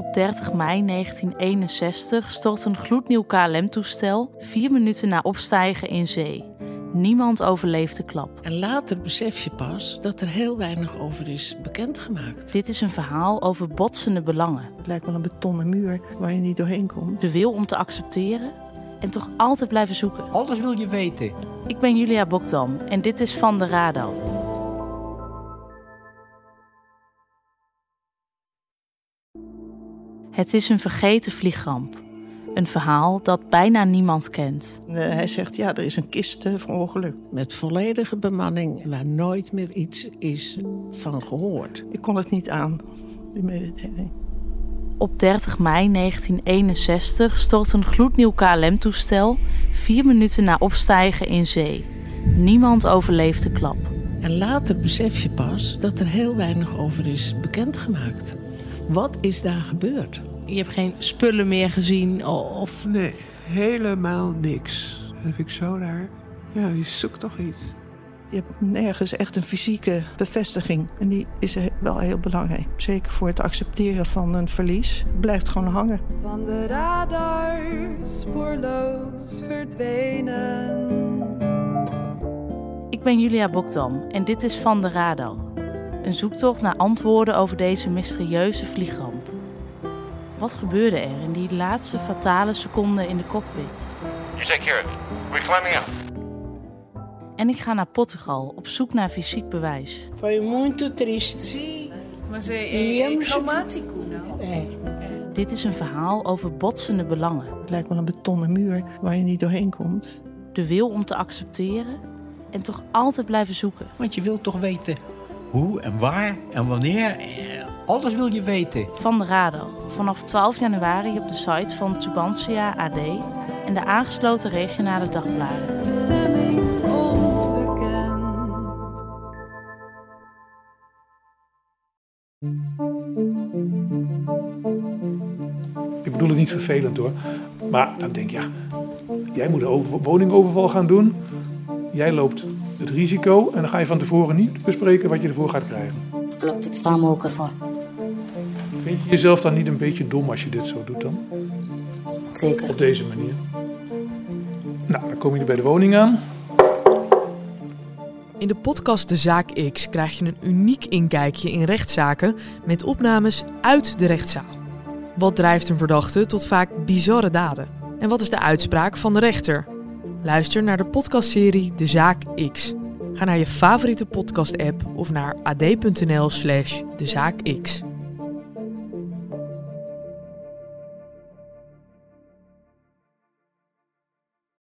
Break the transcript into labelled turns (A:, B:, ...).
A: Op 30 mei 1961 stort een gloednieuw KLM-toestel 4 minuten na opstijgen in zee. Niemand overleeft de klap.
B: En later besef je pas dat er heel weinig over is bekendgemaakt.
A: Dit is een verhaal over botsende belangen.
C: Het lijkt wel een betonnen muur waar je niet doorheen komt.
A: De wil om te accepteren en toch altijd blijven zoeken.
D: Alles wil je weten.
A: Ik ben Julia Bokdam en dit is Van de Radar. Het is een vergeten vliegramp. Een verhaal dat bijna niemand kent.
C: Hij zegt, ja, er is een kist verongelukt.
B: Met volledige bemanning waar nooit meer iets is van gehoord.
C: Ik kon het niet aan, die mededeling.
A: Op 30 mei 1961 stort een gloednieuw KLM-toestel 4 minuten na opstijgen in zee. Niemand overleeft de klap.
B: En later besef je pas dat er heel weinig over is bekendgemaakt. Wat is daar gebeurd?
E: Je hebt geen spullen meer gezien of...
F: Nee, helemaal niks. Dat vind ik zo raar. Ja, je zoekt toch iets.
C: Je hebt nergens echt een fysieke bevestiging. En die is wel heel belangrijk. Zeker voor het accepteren van een verlies. Het blijft gewoon hangen.
G: Van de radar spoorloos verdwenen.
A: Ik ben Julia Bokdam en dit is Van de Radar. Een zoektocht naar antwoorden over deze mysterieuze vliegramp. Wat gebeurde er in die laatste fatale seconden in de cockpit?
H: You take care of it. We're climbing out.
A: En ik ga naar Portugal op zoek naar fysiek bewijs.
I: Foi muito triste.
G: Sim, mas é traumático, não?
A: Dit is een verhaal over botsende belangen.
C: Het lijkt wel een betonnen muur waar je niet doorheen komt.
A: De wil om te accepteren en toch altijd blijven zoeken.
D: Want je wilt toch weten hoe en waar en wanneer. Alles wil je weten.
A: Van de Radar. Vanaf 12 januari op de site van Tubantia AD en de aangesloten regionale dagbladen.
G: Bestemming onbekend.
J: Ik bedoel het niet vervelend hoor. Maar dan denk je, ja, jij moet een woningoverval gaan doen. Jij loopt het risico en dan ga je van tevoren niet bespreken wat je ervoor gaat krijgen.
K: Klopt, ik sta me ook ervoor.
J: Vind je jezelf dan niet een beetje dom als je dit zo doet dan?
K: Zeker.
J: Op deze manier. Nou, dan kom je bij de woning aan.
L: In de podcast De Zaak X krijg je een uniek inkijkje in rechtszaken met opnames uit de rechtszaal. Wat drijft een verdachte tot vaak bizarre daden? En wat is de uitspraak van de rechter? Luister naar de podcastserie De Zaak X. Ga naar je favoriete podcast-app of naar ad.nl/dezaakx.